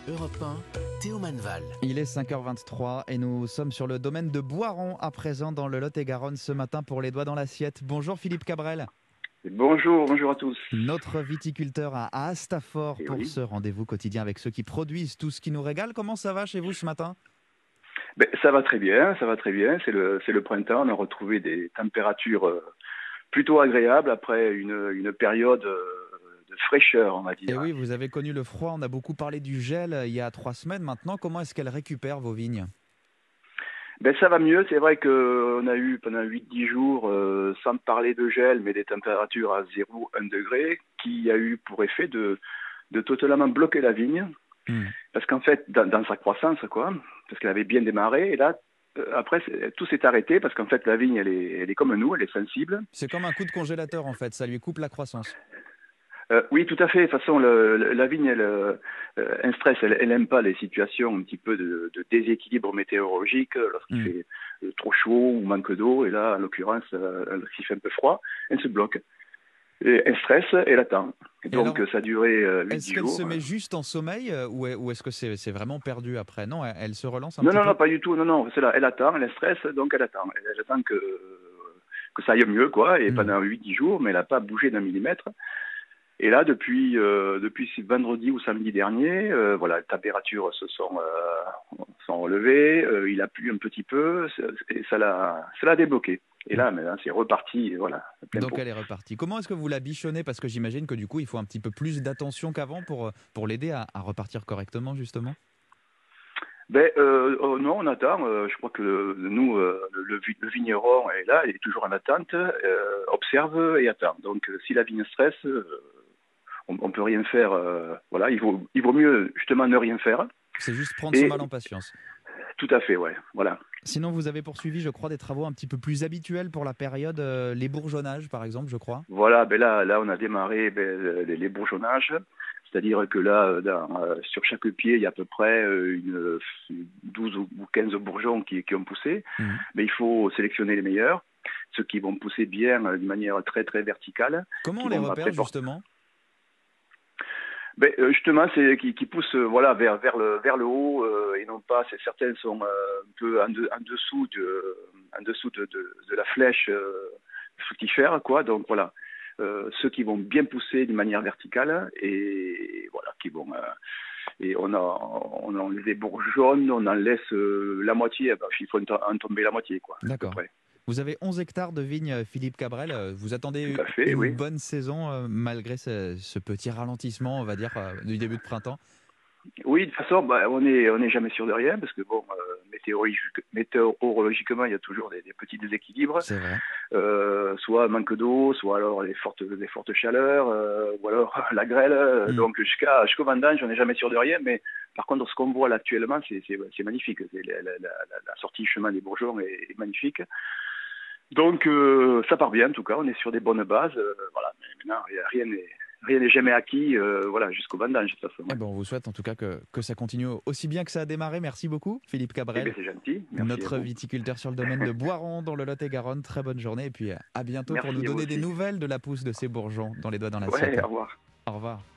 Europe 1, Théo Manval. Il est 5h23 et nous sommes sur le domaine de Boiron, à présent dans le Lot-et-Garonne ce matin pour les doigts dans l'assiette. Bonjour Philippe Cabrel. Bonjour à tous. Notre viticulteur à Astafort Et pour oui. ce rendez-vous quotidien avec ceux qui produisent tout ce qui nous régale. Comment ça va chez vous ce matin ? Ça va très bien, ça va très bien. C'est le printemps. On a retrouvé des températures plutôt agréables après une période de fraîcheur, on va Et dire. oui, vous avez connu le froid, on a beaucoup parlé du gel il y a 3 semaines maintenant. Comment est-ce qu'elle récupère vos vignes ? Ça va mieux. C'est vrai qu'on a eu pendant 8-10 jours, sans parler de gel, mais des températures à 0, 1 degré, qui a eu pour effet de totalement bloquer la vigne. Hmm. Parce qu'en fait, dans sa croissance, quoi, parce qu'elle avait bien démarré, et là, après, tout s'est arrêté, parce qu'en fait, la vigne, elle est comme nous, elle est sensible. C'est comme un coup de congélateur en fait, ça lui coupe la croissance. Oui, tout à fait. De toute façon, la vigne, un stress, elle aime pas les situations un petit peu de déséquilibre météorologique, lorsqu'il Hmm. fait trop chaud ou manque d'eau, et là, en l'occurrence, lorsqu'il fait un peu froid, elle se bloque. Et un stress, elle attend. Et Et alors, donc, ça a duré est-ce 8-10 qu'elle se jours. met juste en sommeil ou est-ce que c'est vraiment perdu après ? Non, elle se relance un Non, petit non, non, peu. pas du tout. Non, non, c'est là, elle attend, elle stresse, donc elle attend. Elle attend que ça aille mieux, quoi, et Hmm. pendant 8-10 jours, mais elle n'a pas bougé d'un millimètre. Et là, depuis ce vendredi ou samedi dernier, voilà, les températures sont relevées, il a plu un petit peu, et ça l'a débloqué. Et là, maintenant, c'est reparti, et voilà, plein Donc pot. elle est repartie. Comment est-ce que vous la bichonnez ? Parce que j'imagine que du coup, il faut un petit peu plus d'attention qu'avant pour l'aider à repartir correctement, justement. Non, on attend. Je crois que nous, le vigneron est là, il est toujours en attente, observe et attend. Donc, si la vigne stresse, on peut rien faire. Voilà, il vaut mieux justement ne rien faire. C'est juste prendre son Et mal en patience. tout à fait, ouais. Voilà. Sinon, vous avez poursuivi, je crois, des travaux un petit peu plus habituels pour la période, les bourgeonnages, par exemple, je crois. Voilà, là, on a démarré les bourgeonnages. C'est-à-dire que là, sur chaque pied, il y a à peu près 12 ou 15 bourgeons qui ont poussé. Mhm. Mais il faut sélectionner les meilleurs, ceux qui vont pousser bien de manière très très verticale, Comment on qui les vont repère, après porter. justement ? Justement, c'est qui poussent voilà vers le haut, et non pas. Certaines sont un peu en dessous de la flèche fructifère, quoi. Donc voilà. Ceux qui vont bien pousser d'une manière verticale, et voilà, qui vont et on en les bourgeonne, on en laisse la moitié. Il faut en tomber la moitié, quoi, à peu D'accord. près. Vous avez 11 hectares de vignes, Philippe Cabrel. Vous Tout attendez à fait, une oui. bonne saison, malgré ce petit ralentissement, on va dire, du début de printemps. Oui, de toute façon, on est jamais sûr de rien, parce que bon, météorologiquement, il y a toujours des petits déséquilibres, C'est vrai. soit manque d'eau, soit alors des fortes chaleurs, ou alors la grêle. Hmm. Donc jusqu'au vendange, on n'est jamais sûr de rien, mais par contre, ce qu'on voit là actuellement, c'est magnifique. La sortie chemin des Bourgeons est magnifique. Donc ça part bien, en tout cas, on est sur des bonnes bases. Voilà, mais maintenant, rien n'est jamais acquis, voilà, jusqu'au vendange, de toute façon. Eh Ouais. ben, on vous souhaite en tout cas que ça continue aussi bien que ça a démarré. Merci beaucoup, Philippe Eh bien, Cabrel, c'est gentil. Merci à notre vous. viticulteur sur le domaine de Boiron, dans le Lot-et-Garonne. Très bonne journée et puis à bientôt pour nous Merci à vous donner des aussi. nouvelles de la pousse de ces bourgeons dans les doigts dans l'assiette. Ouais, au revoir. Au revoir.